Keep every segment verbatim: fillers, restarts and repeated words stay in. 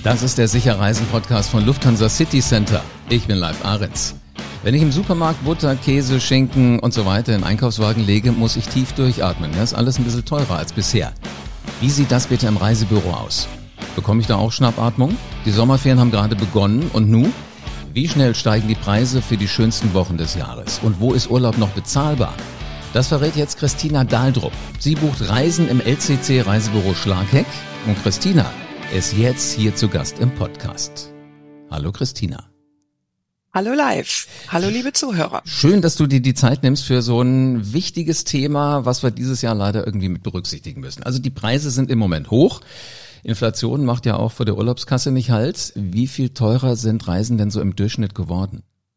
Das ist der Sicher-Reisen-Podcast von Lufthansa City Center. Ich bin Live Ahrens. Wenn ich im Supermarkt Butter, Käse, Schinken und so weiter in den Einkaufswagen lege, muss ich tief durchatmen. Das ist alles ein bisschen teurer als bisher. Wie sieht das bitte im Reisebüro aus? Bekomme ich da auch Schnappatmung? Die Sommerferien haben gerade begonnen und nun? Wie schnell steigen die Preise für die schönsten Wochen des Jahres? Und wo ist Urlaub noch bezahlbar? Das verrät jetzt Christina Dahldrup. Sie bucht Reisen im L C C Reisebüro Schlagheck. Und Christina ist jetzt hier zu Gast im Podcast. Hallo Christina. Hallo Live. Hallo liebe Zuhörer. Schön, dass du dir die Zeit nimmst für so ein wichtiges Thema, was wir dieses Jahr leider irgendwie mit berücksichtigen müssen. Also die Preise sind im Moment hoch. Inflation macht ja auch vor der Urlaubskasse nicht Halt. Wie viel teurer sind Reisen denn so im Durchschnitt geworden?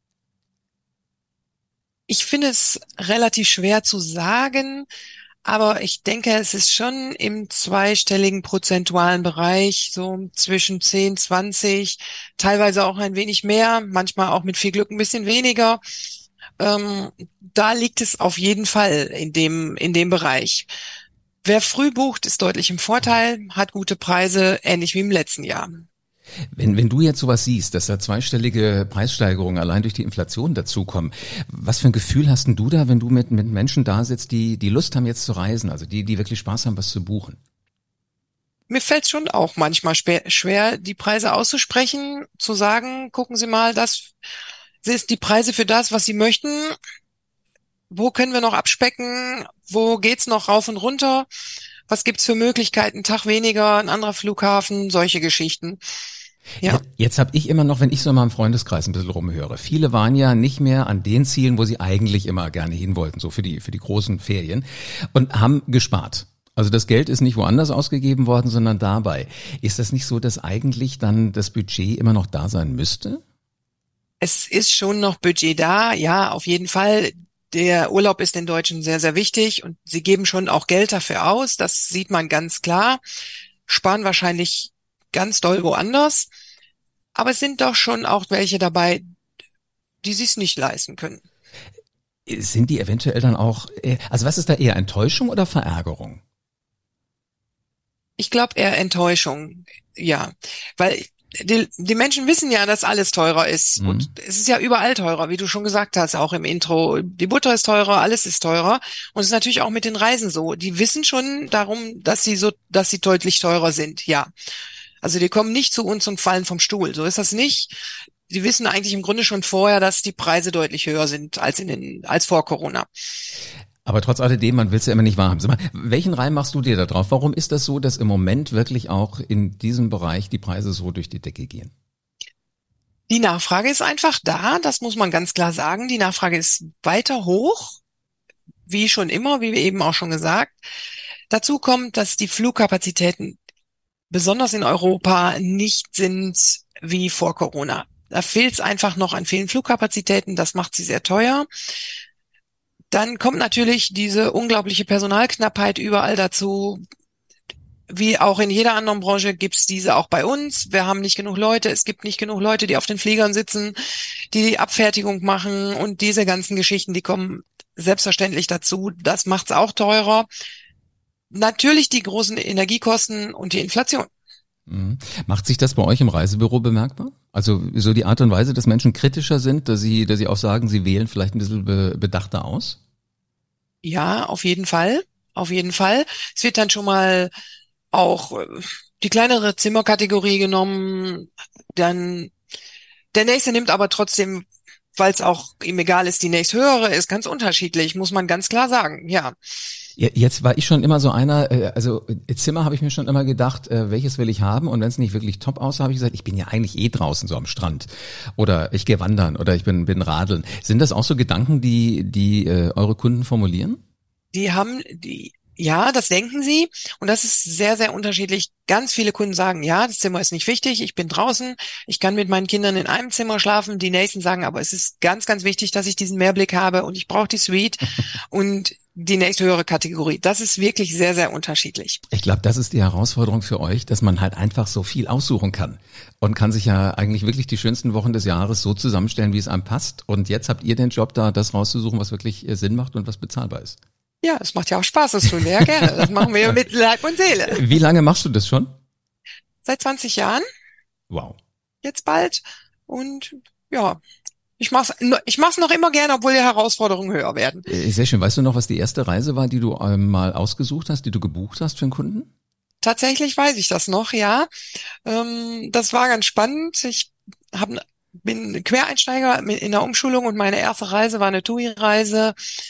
Ich finde es relativ schwer zu sagen, aber ich denke, es ist schon im zweistelligen prozentualen Bereich, so zwischen zehn, zwanzig, teilweise auch ein wenig mehr, manchmal auch mit viel Glück ein bisschen weniger. Ähm, da liegt es auf jeden Fall in dem, in dem Bereich. Wer früh bucht, ist deutlich im Vorteil, hat gute Preise, ähnlich wie im letzten Jahr. Wenn, wenn du jetzt sowas siehst, dass da zweistellige Preissteigerungen allein durch die Inflation dazukommen, was für ein Gefühl hast denn du da, wenn du mit, mit Menschen da sitzt, die, die Lust haben jetzt zu reisen, also die, die wirklich Spaß haben, was zu buchen? Mir fällt es schon auch manchmal schwer, die Preise auszusprechen, zu sagen, gucken Sie mal, das sind die Preise für das, was Sie möchten. Wo können wir noch abspecken? Wo geht's noch rauf und runter? Was gibt's für Möglichkeiten? Ein Tag weniger, ein anderer Flughafen, solche Geschichten. Ja. Jetzt, jetzt habe ich immer noch, wenn ich so in meinem Freundeskreis ein bisschen rumhöre, viele waren ja nicht mehr an den Zielen, wo sie eigentlich immer gerne hin wollten, so für die für die großen Ferien, und haben gespart. Also das Geld ist nicht woanders ausgegeben worden, sondern dabei. Ist das nicht so, dass eigentlich dann das Budget immer noch da sein müsste? Es ist schon noch Budget da, ja, auf jeden Fall. Der Urlaub ist den Deutschen sehr, sehr wichtig und sie geben schon auch Geld dafür aus. Das sieht man ganz klar. Sparen wahrscheinlich ganz doll woanders. Aber es sind doch schon auch welche dabei, die sich's nicht leisten können. Sind die eventuell dann auch, also was ist da eher, Enttäuschung oder Verärgerung? Ich glaube eher Enttäuschung, ja. Weil Die, die Menschen wissen ja, dass alles teurer ist. Mhm. Und es ist ja überall teurer, wie du schon gesagt hast, auch im Intro. Die Butter ist teurer, alles ist teurer. Und es ist natürlich auch mit den Reisen so. Die wissen schon darum, dass sie so, dass sie deutlich teurer sind, ja. Also die kommen nicht zu uns und fallen vom Stuhl. So ist das nicht. Die wissen eigentlich im Grunde schon vorher, dass die Preise deutlich höher sind als in den, als vor Corona. Aber trotz alledem, man will es ja immer nicht wahrhaben. Sag mal, welchen Reim machst du dir da drauf? Warum ist das so, dass im Moment wirklich auch in diesem Bereich die Preise so durch die Decke gehen? Die Nachfrage ist einfach da, das muss man ganz klar sagen. Die Nachfrage ist weiter hoch, wie schon immer, wie wir eben auch schon gesagt. Dazu kommt, dass die Flugkapazitäten besonders in Europa nicht sind wie vor Corona. Da fehlt es einfach noch an vielen Flugkapazitäten, das macht sie sehr teuer. Dann kommt natürlich diese unglaubliche Personalknappheit überall dazu. Wie auch in jeder anderen Branche gibt's diese auch bei uns. Wir haben nicht genug Leute. Es gibt nicht genug Leute, die auf den Fliegern sitzen, die die Abfertigung machen. Und diese ganzen Geschichten, die kommen selbstverständlich dazu. Das macht's auch teurer. Natürlich die großen Energiekosten und die Inflation. Mhm. Macht sich das bei euch im Reisebüro bemerkbar? Also so die Art und Weise, dass Menschen kritischer sind, dass sie, dass sie auch sagen, sie wählen vielleicht ein bisschen bedachter aus? Ja, auf jeden Fall. Auf jeden Fall. Es wird dann schon mal auch die kleinere Zimmerkategorie genommen. Dann der nächste nimmt aber trotzdem, weil es auch ihm egal ist, die nächsthöhere ist ganz unterschiedlich, muss man ganz klar sagen, ja. Jetzt war ich schon immer so einer, also Zimmer habe ich mir schon immer gedacht, welches will ich haben, und wenn es nicht wirklich top aussah, habe ich gesagt, ich bin ja eigentlich eh draußen so am Strand oder ich gehe wandern oder ich bin bin radeln. Sind das auch so Gedanken, die die äh, eure Kunden formulieren? Die haben die Ja, das denken sie, und das ist sehr, sehr unterschiedlich. Ganz viele Kunden sagen, ja, das Zimmer ist nicht wichtig, ich bin draußen, ich kann mit meinen Kindern in einem Zimmer schlafen. Die nächsten sagen, aber es ist ganz, ganz wichtig, dass ich diesen Mehrblick habe und ich brauche die Suite und die nächsthöhere Kategorie. Das ist wirklich sehr, sehr unterschiedlich. Ich glaube, das ist die Herausforderung für euch, dass man halt einfach so viel aussuchen kann und kann sich ja eigentlich wirklich die schönsten Wochen des Jahres so zusammenstellen, wie es einem passt. Und jetzt habt ihr den Job da, das rauszusuchen, was wirklich Sinn macht und was bezahlbar ist. Ja, es macht ja auch Spaß, das tun wir ja gerne. Das machen wir ja mit Leib und Seele. Wie lange machst du das schon? Seit zwanzig Jahren. Wow. Jetzt bald. Und ja, ich mach's, ich mach's noch immer gerne, obwohl die Herausforderungen höher werden. Äh, Sehr schön. Weißt du noch, was die erste Reise war, die du ähm, mal ausgesucht hast, die du gebucht hast für einen Kunden? Tatsächlich weiß ich das noch, ja. Ähm, das war ganz spannend. Ich hab, bin Quereinsteiger in der Umschulung und meine erste Reise war eine T U I-Reise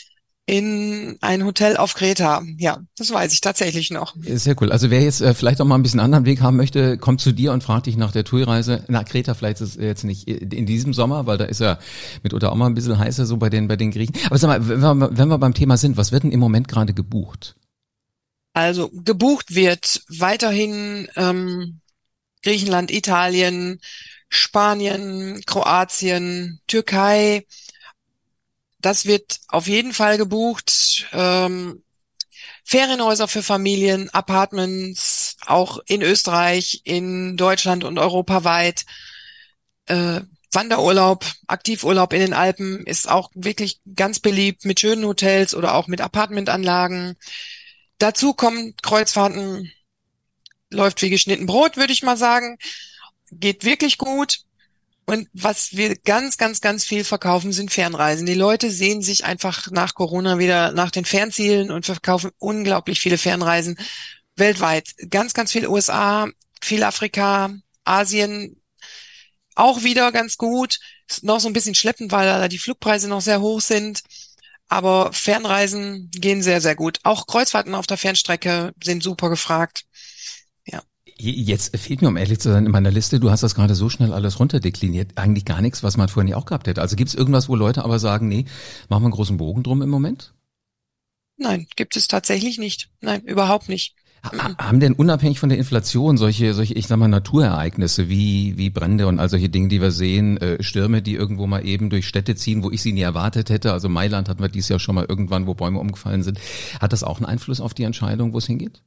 in ein Hotel auf Kreta. Ja, das weiß ich tatsächlich noch. Äh, Sehr cool. Also wer jetzt äh, vielleicht auch mal ein bisschen anderen Weg haben möchte, kommt zu dir und fragt dich nach der T U I-Reise. Na, Kreta vielleicht ist es jetzt nicht in diesem Sommer, weil da ist ja mitunter auch mal ein bisschen heißer so bei den bei den Griechen. Aber sag mal, wenn wir, wenn wir beim Thema sind, was wird denn im Moment gerade gebucht? Also gebucht wird weiterhin ähm, Griechenland, Italien, Spanien, Kroatien, Türkei. Das wird auf jeden Fall gebucht. Ähm, Ferienhäuser für Familien, Apartments, auch in Österreich, in Deutschland und europaweit. Äh, Wanderurlaub, Aktivurlaub in den Alpen ist auch wirklich ganz beliebt mit schönen Hotels oder auch mit Apartmentanlagen. Dazu kommen Kreuzfahrten, läuft wie geschnitten Brot, würde ich mal sagen. Geht wirklich gut. Und was wir ganz, ganz, ganz viel verkaufen, sind Fernreisen. Die Leute sehen sich einfach nach Corona wieder nach den Fernzielen und verkaufen unglaublich viele Fernreisen weltweit. Ganz, ganz viel U S A, viel Afrika, Asien auch wieder ganz gut. Ist noch so ein bisschen schleppend, weil da die Flugpreise noch sehr hoch sind. Aber Fernreisen gehen sehr, sehr gut. Auch Kreuzfahrten auf der Fernstrecke sind super gefragt. Ja. Jetzt fehlt mir, um ehrlich zu sein, in meiner Liste, du hast das gerade so schnell alles runterdekliniert, eigentlich gar nichts, was man vorher nicht auch gehabt hätte. Also gibt es irgendwas, wo Leute aber sagen, nee, machen wir einen großen Bogen drum im Moment? Nein, gibt es tatsächlich nicht. Nein, überhaupt nicht. Ha- Haben denn unabhängig von der Inflation solche, solche, ich sag mal, Naturereignisse wie, wie Brände und all solche Dinge, die wir sehen, äh, Stürme, die irgendwo mal eben durch Städte ziehen, wo ich sie nie erwartet hätte, also Mailand hatten wir dieses Jahr schon mal irgendwann, wo Bäume umgefallen sind, hat das auch einen Einfluss auf die Entscheidung, wo es hingeht?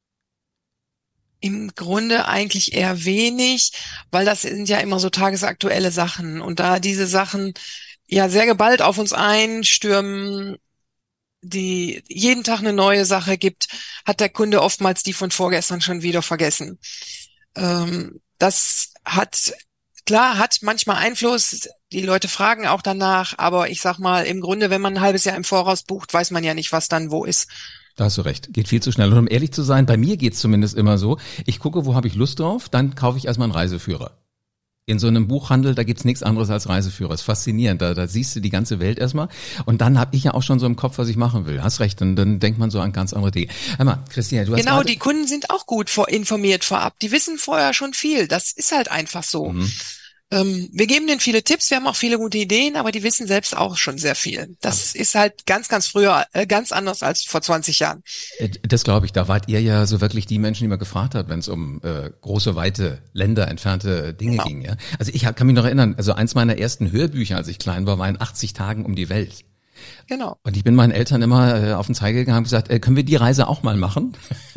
Im Grunde eigentlich eher wenig, weil das sind ja immer so tagesaktuelle Sachen. Und da diese Sachen ja sehr geballt auf uns einstürmen, die jeden Tag eine neue Sache gibt, hat der Kunde oftmals die von vorgestern schon wieder vergessen. Ähm, das hat, klar, hat manchmal Einfluss. Die Leute fragen auch danach, aber ich sag mal, im Grunde, wenn man ein halbes Jahr im Voraus bucht, weiß man ja nicht, was dann wo ist. Da hast du recht. Geht viel zu schnell. Und um ehrlich zu sein, bei mir geht's zumindest immer so, ich gucke, wo habe ich Lust drauf, dann kaufe ich erstmal einen Reiseführer. In so einem Buchhandel, da gibt's nichts anderes als Reiseführer. Das ist faszinierend. Da, da siehst du die ganze Welt erstmal. Und dann habe ich ja auch schon so im Kopf, was ich machen will. Hast recht. Und dann denkt man so an ganz andere Dinge. Hör mal, Christina, du hast Genau, gerade... die Kunden sind auch gut vor, informiert vorab. Die wissen vorher schon viel. Das ist halt einfach so. Mhm. Ähm, wir geben denen viele Tipps, wir haben auch viele gute Ideen, aber die wissen selbst auch schon sehr viel. Das ist halt ganz, ganz früher, äh, ganz anders als vor zwanzig Jahren. Äh, Das glaube ich, da wart ihr ja so wirklich die Menschen, die man gefragt hat, wenn es um äh, große, weite Länder, entfernte Dinge Genau. ging. Ja? Also ich hab, kann mich noch erinnern, also eins meiner ersten Hörbücher, als ich klein war, war in achtzig Tagen um die Welt. Genau. Und ich bin meinen Eltern immer äh, auf den Zeiger gegangen und gesagt, äh, können wir die Reise auch mal machen?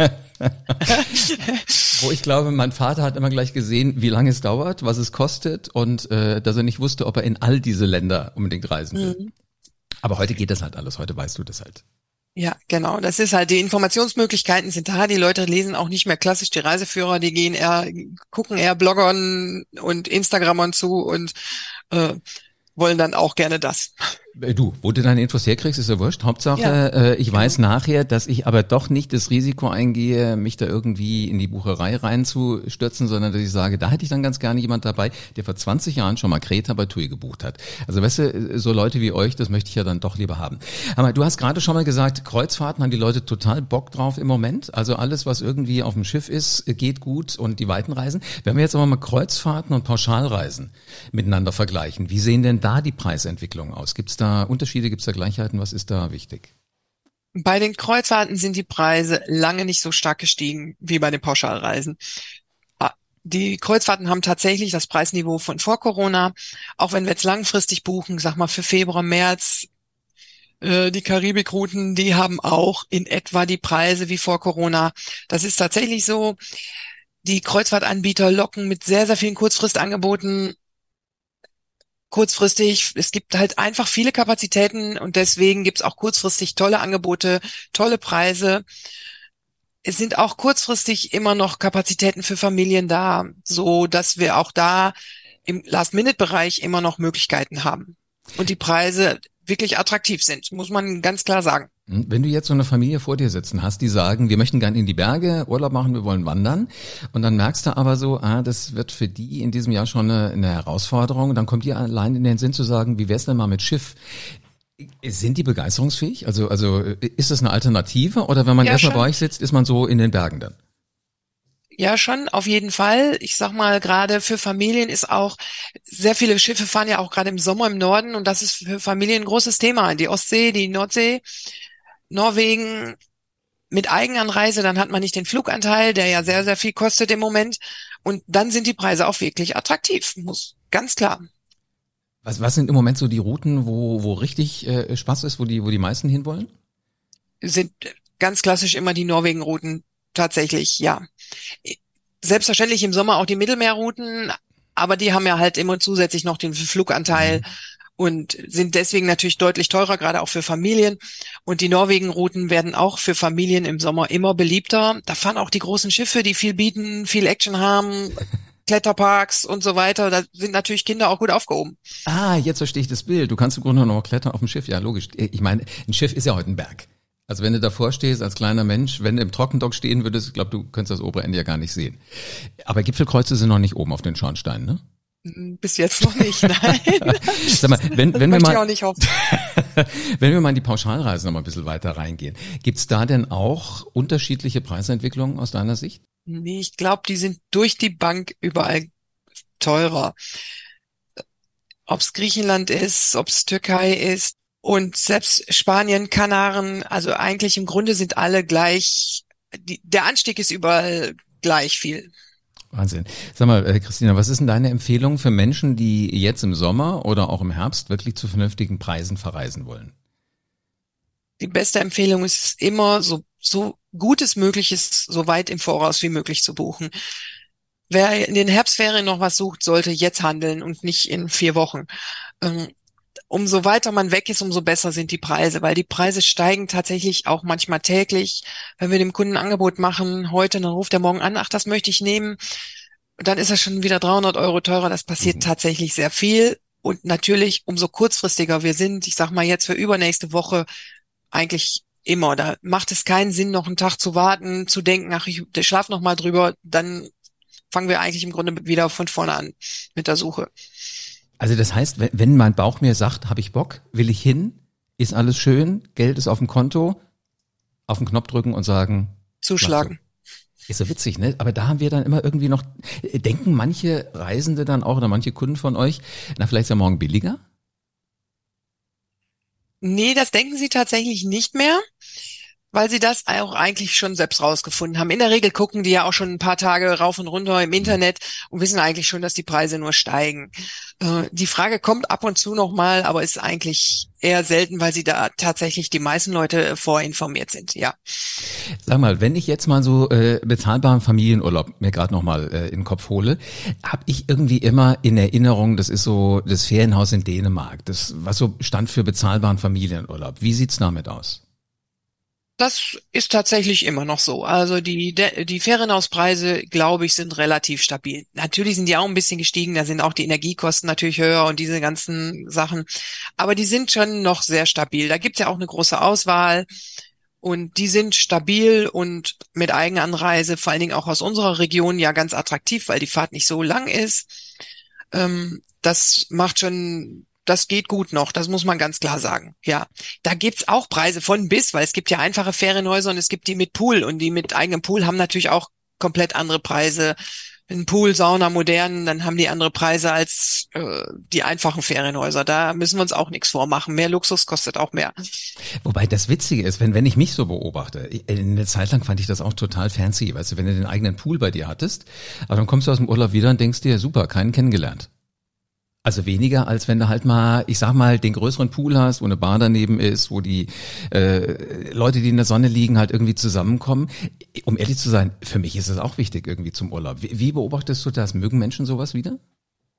Wo ich glaube, mein Vater hat immer gleich gesehen, wie lange es dauert, was es kostet und äh, dass er nicht wusste, ob er in all diese Länder unbedingt reisen will. Mhm. Aber heute geht das halt alles, heute weißt du das halt. Ja, genau. Das ist halt, die Informationsmöglichkeiten sind da. Die Leute lesen auch nicht mehr klassisch die Reiseführer, die gehen eher, gucken eher Bloggern und Instagrammern zu und äh, wollen dann auch gerne das. Äh, Du, wo du deine Infos herkriegst, ist ja wurscht. Hauptsache, Ja, äh, ich genau. weiß nachher, dass ich aber doch nicht das Risiko eingehe, mich da irgendwie in die Bucherei reinzustürzen, sondern dass ich sage, da hätte ich dann ganz gerne jemand dabei, der vor zwanzig Jahren schon mal Kreta bei T U I gebucht hat. Also weißt du, so Leute wie euch, das möchte ich ja dann doch lieber haben. Aber du hast gerade schon mal gesagt, Kreuzfahrten haben die Leute total Bock drauf im Moment. Also alles, was irgendwie auf dem Schiff ist, geht gut und die weiten Reisen. Wenn wir jetzt aber mal Kreuzfahrten und Pauschalreisen miteinander vergleichen, wie sehen denn da die Preisentwicklungen aus? Gibt's da Unterschiede, gibt's da Gleichheiten? Was ist da wichtig? Bei den Kreuzfahrten sind die Preise lange nicht so stark gestiegen wie bei den Pauschalreisen. Ah, Die Kreuzfahrten haben tatsächlich das Preisniveau von vor Corona. Auch wenn wir jetzt langfristig buchen, sag mal für Februar, März, äh, die Karibikrouten, die haben auch in etwa die Preise wie vor Corona. Das ist tatsächlich so. Die Kreuzfahrtanbieter locken mit sehr, sehr vielen Kurzfristangeboten kurzfristig. Es gibt halt einfach viele Kapazitäten und deswegen gibt's auch kurzfristig tolle Angebote, tolle Preise. es sind auch kurzfristig immer noch Kapazitäten für Familien da, so dass wir auch da im Last-Minute-Bereich immer noch Möglichkeiten haben. Und die Preise wirklich attraktiv sind, muss man ganz klar sagen. Wenn du jetzt so eine Familie vor dir sitzen hast, die sagen, wir möchten gerne in die Berge Urlaub machen, wir wollen wandern, und dann merkst du aber so, ah, das wird für die in diesem Jahr schon eine, eine Herausforderung, dann kommt dir allein in den Sinn zu sagen, wie wär's denn mal mit Schiff? Sind die begeisterungsfähig? Also, also ist das eine Alternative, oder wenn man Ja, erstmal bei schon. euch sitzt, ist man so in den Bergen dann? Ja, schon, auf jeden Fall. Ich sag mal, gerade für Familien ist auch, sehr viele Schiffe fahren ja auch gerade im Sommer im Norden, und das ist für Familien ein großes Thema. Die Ostsee, die Nordsee, Norwegen mit Eigenanreise, dann hat man nicht den Fluganteil, der ja sehr, sehr viel kostet im Moment. Und dann sind die Preise auch wirklich attraktiv, muss ganz klar. Was, was sind im Moment so die Routen, wo, wo richtig äh, Spaß ist, wo die, wo die meisten hinwollen? Sind ganz klassisch immer die Norwegen-Routen tatsächlich, ja. Selbstverständlich im Sommer auch die Mittelmeerrouten, aber die haben ja halt immer zusätzlich noch den Fluganteil Mhm. und sind deswegen natürlich deutlich teurer, gerade auch für Familien. Und die Norwegen-Routen werden auch für Familien im Sommer immer beliebter. Da fahren auch die großen Schiffe, die viel bieten, viel Action haben, Kletterparks und so weiter. Da sind natürlich Kinder auch gut aufgehoben. Ah, jetzt verstehe ich das Bild. Du kannst im Grunde noch klettern auf dem Schiff. Ja, logisch. Ich meine, ein Schiff ist ja heute ein Berg. Also wenn du davor stehst als kleiner Mensch, wenn du im Trockendock stehen würdest, ich glaube, du könntest das obere Ende ja gar nicht sehen. Aber Gipfelkreuze sind noch nicht oben auf den Schornsteinen, ne? Bis jetzt noch nicht, nein. Sag mal, wenn, Das wenn wir möchte ich auch mal, nicht hoffen. wenn wir mal in die Pauschalreisen noch mal ein bisschen weiter reingehen, gibt's da denn auch unterschiedliche Preisentwicklungen aus deiner Sicht? Nee, ich glaube, die sind durch die Bank überall teurer. Ob's Griechenland ist, ob's Türkei ist und selbst Spanien, Kanaren, also eigentlich im Grunde sind alle gleich, die, der Anstieg ist überall gleich viel. Wahnsinn. Sag mal, äh, Christina, was ist denn deine Empfehlung für Menschen, die jetzt im Sommer oder auch im Herbst wirklich zu vernünftigen Preisen verreisen wollen? Die beste Empfehlung ist immer, so, so gut es möglich ist, so weit im Voraus wie möglich zu buchen. Wer in den Herbstferien noch was sucht, sollte jetzt handeln und nicht in vier Wochen. Ähm, umso weiter man weg ist, umso besser sind die Preise, weil die Preise steigen tatsächlich auch manchmal täglich. Wenn wir dem Kunden ein Angebot machen, heute, dann ruft er morgen an, ach, das möchte ich nehmen. Dann ist er schon wieder dreihundert Euro teurer. Das passiert Mhm. tatsächlich sehr viel. Und natürlich, umso kurzfristiger wir sind, ich sag mal jetzt für übernächste Woche, eigentlich immer. Da macht es keinen Sinn, noch einen Tag zu warten, zu denken, ach, ich, ich schlaf noch mal drüber. Dann fangen wir eigentlich im Grunde wieder von vorne an mit der Suche. Also das heißt, wenn, wenn mein Bauch mir sagt, habe ich Bock, will ich hin, ist alles schön, Geld ist auf dem Konto, auf den Knopf drücken und sagen, Zuschlagen. ist so witzig, ne? Aber da haben wir dann immer irgendwie noch, denken manche Reisende dann auch oder manche Kunden von euch, na, vielleicht ist ja morgen billiger? Nee, das denken sie tatsächlich nicht mehr, weil sie das auch eigentlich schon selbst rausgefunden haben. In der Regel gucken die ja auch schon ein paar Tage rauf und runter im Internet und wissen eigentlich schon, dass die Preise nur steigen. Äh, die Frage kommt ab und zu noch mal, aber ist eigentlich eher selten, weil sie da tatsächlich die meisten Leute vorinformiert sind, ja. Sag mal, wenn ich jetzt mal so äh, bezahlbaren Familienurlaub mir gerade noch mal äh, in den Kopf hole, habe ich irgendwie immer in Erinnerung, das ist so das Ferienhaus in Dänemark, das was so stand für bezahlbaren Familienurlaub. Wie sieht's damit aus? Das ist tatsächlich immer noch so. Also die, die Ferienhauspreise, glaube ich, sind relativ stabil. Natürlich sind die auch ein bisschen gestiegen, da sind auch die Energiekosten natürlich höher und diese ganzen Sachen. Aber die sind schon noch sehr stabil. Da gibt's ja auch eine große Auswahl und die sind stabil und mit Eigenanreise, vor allen Dingen auch aus unserer Region, ja ganz attraktiv, weil die Fahrt nicht so lang ist. Ähm, das macht schon, das geht gut noch, das muss man ganz klar sagen. Ja, da gibt's auch Preise von bis, weil es gibt ja einfache Ferienhäuser und es gibt die mit Pool und die mit eigenem Pool haben natürlich auch komplett andere Preise. Ein Pool, Sauna, modern, dann haben die andere Preise als äh, die einfachen Ferienhäuser. Da müssen wir uns auch nichts vormachen. Mehr Luxus kostet auch mehr. Wobei das Witzige ist, wenn wenn ich mich so beobachte, in der Zeit lang fand ich das auch total fancy, weißt du, wenn du den eigenen Pool bei dir hattest, aber dann kommst du aus dem Urlaub wieder und denkst dir, super, keinen kennengelernt. Also weniger, als wenn du halt mal, ich sag mal, den größeren Pool hast, wo eine Bar daneben ist, wo die äh, Leute, die in der Sonne liegen, halt irgendwie zusammenkommen. Um ehrlich zu sein, für mich ist es auch wichtig irgendwie zum Urlaub. Wie, wie beobachtest du das? Mögen Menschen sowas wieder?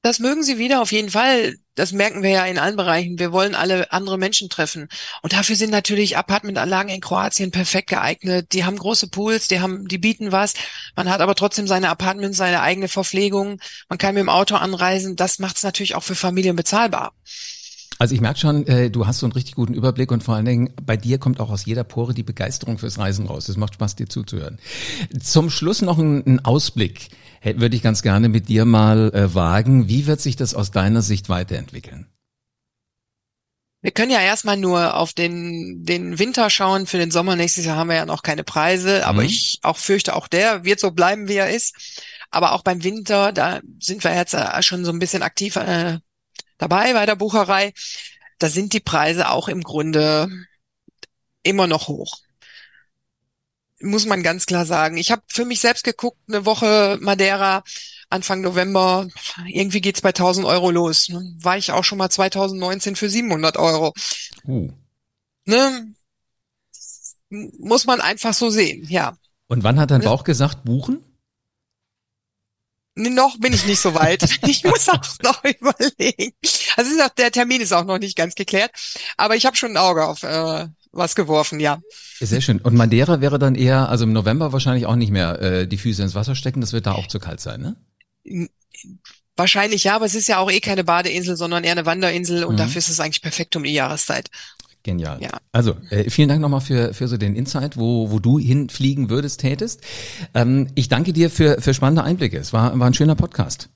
Das mögen sie wieder, auf jeden Fall. Das merken wir ja in allen Bereichen. Wir wollen alle andere Menschen treffen. Und dafür sind natürlich Apartmentanlagen in Kroatien perfekt geeignet. Die haben große Pools, die haben, die bieten was. Man hat aber trotzdem seine Apartments, seine eigene Verpflegung. Man kann mit dem Auto anreisen. Das macht es natürlich auch für Familien bezahlbar. Also ich merke schon, äh, du hast so einen richtig guten Überblick und vor allen Dingen bei dir kommt auch aus jeder Pore die Begeisterung fürs Reisen raus. Es macht Spaß, dir zuzuhören. Zum Schluss noch ein, ein Ausblick. Hey, würde ich ganz gerne mit dir mal äh, wagen. Wie wird sich das aus deiner Sicht weiterentwickeln? Wir können ja erstmal nur auf den, den Winter schauen. Für den Sommer nächstes Jahr haben wir ja noch keine Preise. Aber mhm. ich auch fürchte, auch der wird so bleiben, wie er ist. Aber auch beim Winter, da sind wir jetzt schon so ein bisschen aktiv äh, dabei bei der Bucherei. Da sind die Preise auch im Grunde immer noch hoch. Muss man ganz klar sagen. Ich habe für mich selbst geguckt, eine Woche Madeira, Anfang November, irgendwie geht's bei tausend Euro los. War ich auch schon mal zwanzig neunzehn für siebenhundert Euro. Uh. Ne? Muss man einfach so sehen, ja. Und wann hat dein Bauch gesagt, buchen? Noch bin ich nicht so weit. Ich muss auch noch überlegen. Also ist auch, der Termin ist auch noch nicht ganz geklärt. Aber ich habe schon ein Auge auf äh, was geworfen, ja. Sehr schön. Und Madeira wäre dann eher, also im November wahrscheinlich auch nicht mehr äh, die Füße ins Wasser stecken. Das wird da auch zu kalt sein, ne? Wahrscheinlich ja, aber es ist ja auch eh keine Badeinsel, sondern eher eine Wanderinsel. Und mhm. dafür ist es eigentlich perfekt um die Jahreszeit. Genial. Ja. Also äh, vielen Dank nochmal für für so den Insight, wo wo du hinfliegen würdest, tätest. Ähm, ich danke dir für für spannende Einblicke. Es war war ein schöner Podcast.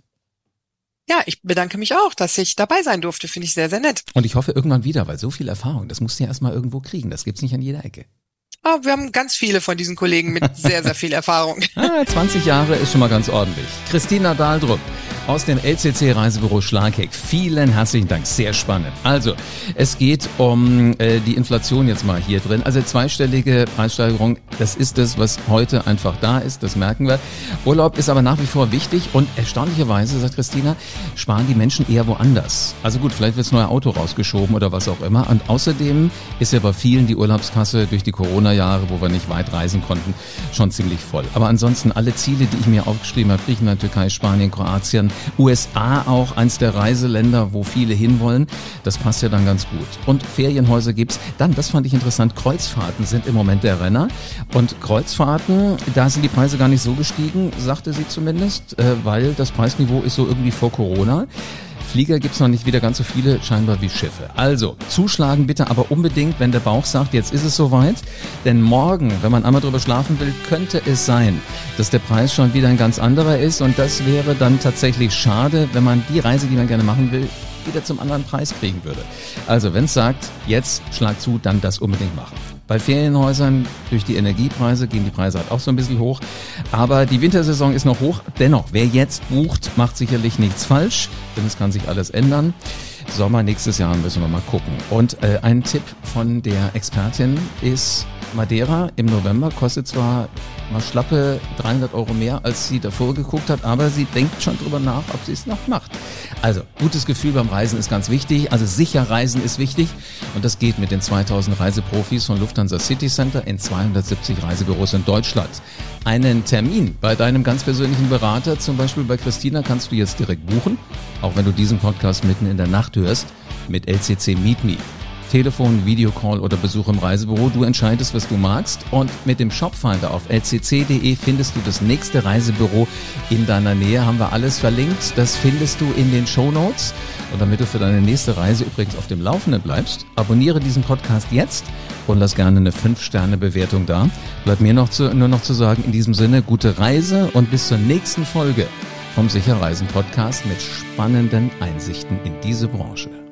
Ja, ich bedanke mich auch, dass ich dabei sein durfte. Finde ich sehr, sehr nett. Und ich hoffe irgendwann wieder, weil so viel Erfahrung, das musst du ja erstmal irgendwo kriegen. Das gibt's nicht an jeder Ecke. Ah, wir haben ganz viele von diesen Kollegen mit sehr, sehr viel Erfahrung. Ah, zwanzig Jahre ist schon mal ganz ordentlich. Christina Dahldrup aus dem L C C Reisebüro Schlagheck. Vielen herzlichen Dank, sehr spannend. Also, es geht um äh, die Inflation jetzt mal hier drin. Also zweistellige Preissteigerung, das ist das, was heute einfach da ist, das merken wir. Urlaub ist aber nach wie vor wichtig und erstaunlicherweise, sagt Christina, sparen die Menschen eher woanders. Also gut, vielleicht wird das neue Auto rausgeschoben oder was auch immer. Und außerdem ist ja bei vielen die Urlaubskasse durch die Corona-Jahre, wo wir nicht weit reisen konnten, schon ziemlich voll. Aber ansonsten alle Ziele, die ich mir aufgeschrieben habe, Griechenland, Türkei, Spanien, Kroatien, U S A auch, eins der Reiseländer, wo viele hinwollen. Das passt ja dann ganz gut. Und Ferienhäuser gibt's. Dann, das fand ich interessant, Kreuzfahrten sind im Moment der Renner. Und Kreuzfahrten, da sind die Preise gar nicht so gestiegen, sagte sie zumindest, äh, weil das Preisniveau ist so irgendwie vor Corona. Flieger gibt's noch nicht wieder ganz so viele, scheinbar wie Schiffe. Also, zuschlagen bitte aber unbedingt, wenn der Bauch sagt, jetzt ist es soweit. Denn morgen, wenn man einmal drüber schlafen will, könnte es sein, dass der Preis schon wieder ein ganz anderer ist. Und das wäre dann tatsächlich schade, wenn man die Reise, die man gerne machen will, wieder zum anderen Preis kriegen würde. Also, wenn es sagt, jetzt schlag zu, dann das unbedingt machen. Bei Ferienhäusern durch die Energiepreise gehen die Preise halt auch so ein bisschen hoch. Aber die Wintersaison ist noch hoch. Dennoch, wer jetzt bucht, macht sicherlich nichts falsch, denn es kann sich alles ändern. Sommer nächstes Jahr müssen wir mal gucken. Und äh, ein Tipp von der Expertin ist, Madeira im November kostet zwar mal schlappe dreihundert Euro mehr, als sie davor geguckt hat, aber sie denkt schon drüber nach, ob sie es noch macht. Also, gutes Gefühl beim Reisen ist ganz wichtig, also sicher reisen ist wichtig und das geht mit den zweitausend Reiseprofis von Lufthansa City Center in zweihundertsiebzig Reisebüros in Deutschland. Einen Termin bei deinem ganz persönlichen Berater, zum Beispiel bei Christina, kannst du jetzt direkt buchen, auch wenn du diesen Podcast mitten in der Nacht hörst, mit L C C Meet Me. Telefon, Videocall oder Besuch im Reisebüro, du entscheidest, was du magst und mit dem Shopfinder auf l c c punkt d e findest du das nächste Reisebüro in deiner Nähe, haben wir alles verlinkt, das findest du in den Shownotes und damit du für deine nächste Reise übrigens auf dem Laufenden bleibst, abonniere diesen Podcast jetzt und lass gerne eine fünf Sterne Bewertung da. Bleibt mir noch zu, nur noch zu sagen, in diesem Sinne, gute Reise und bis zur nächsten Folge vom Sicher Reisen Podcast mit spannenden Einsichten in diese Branche.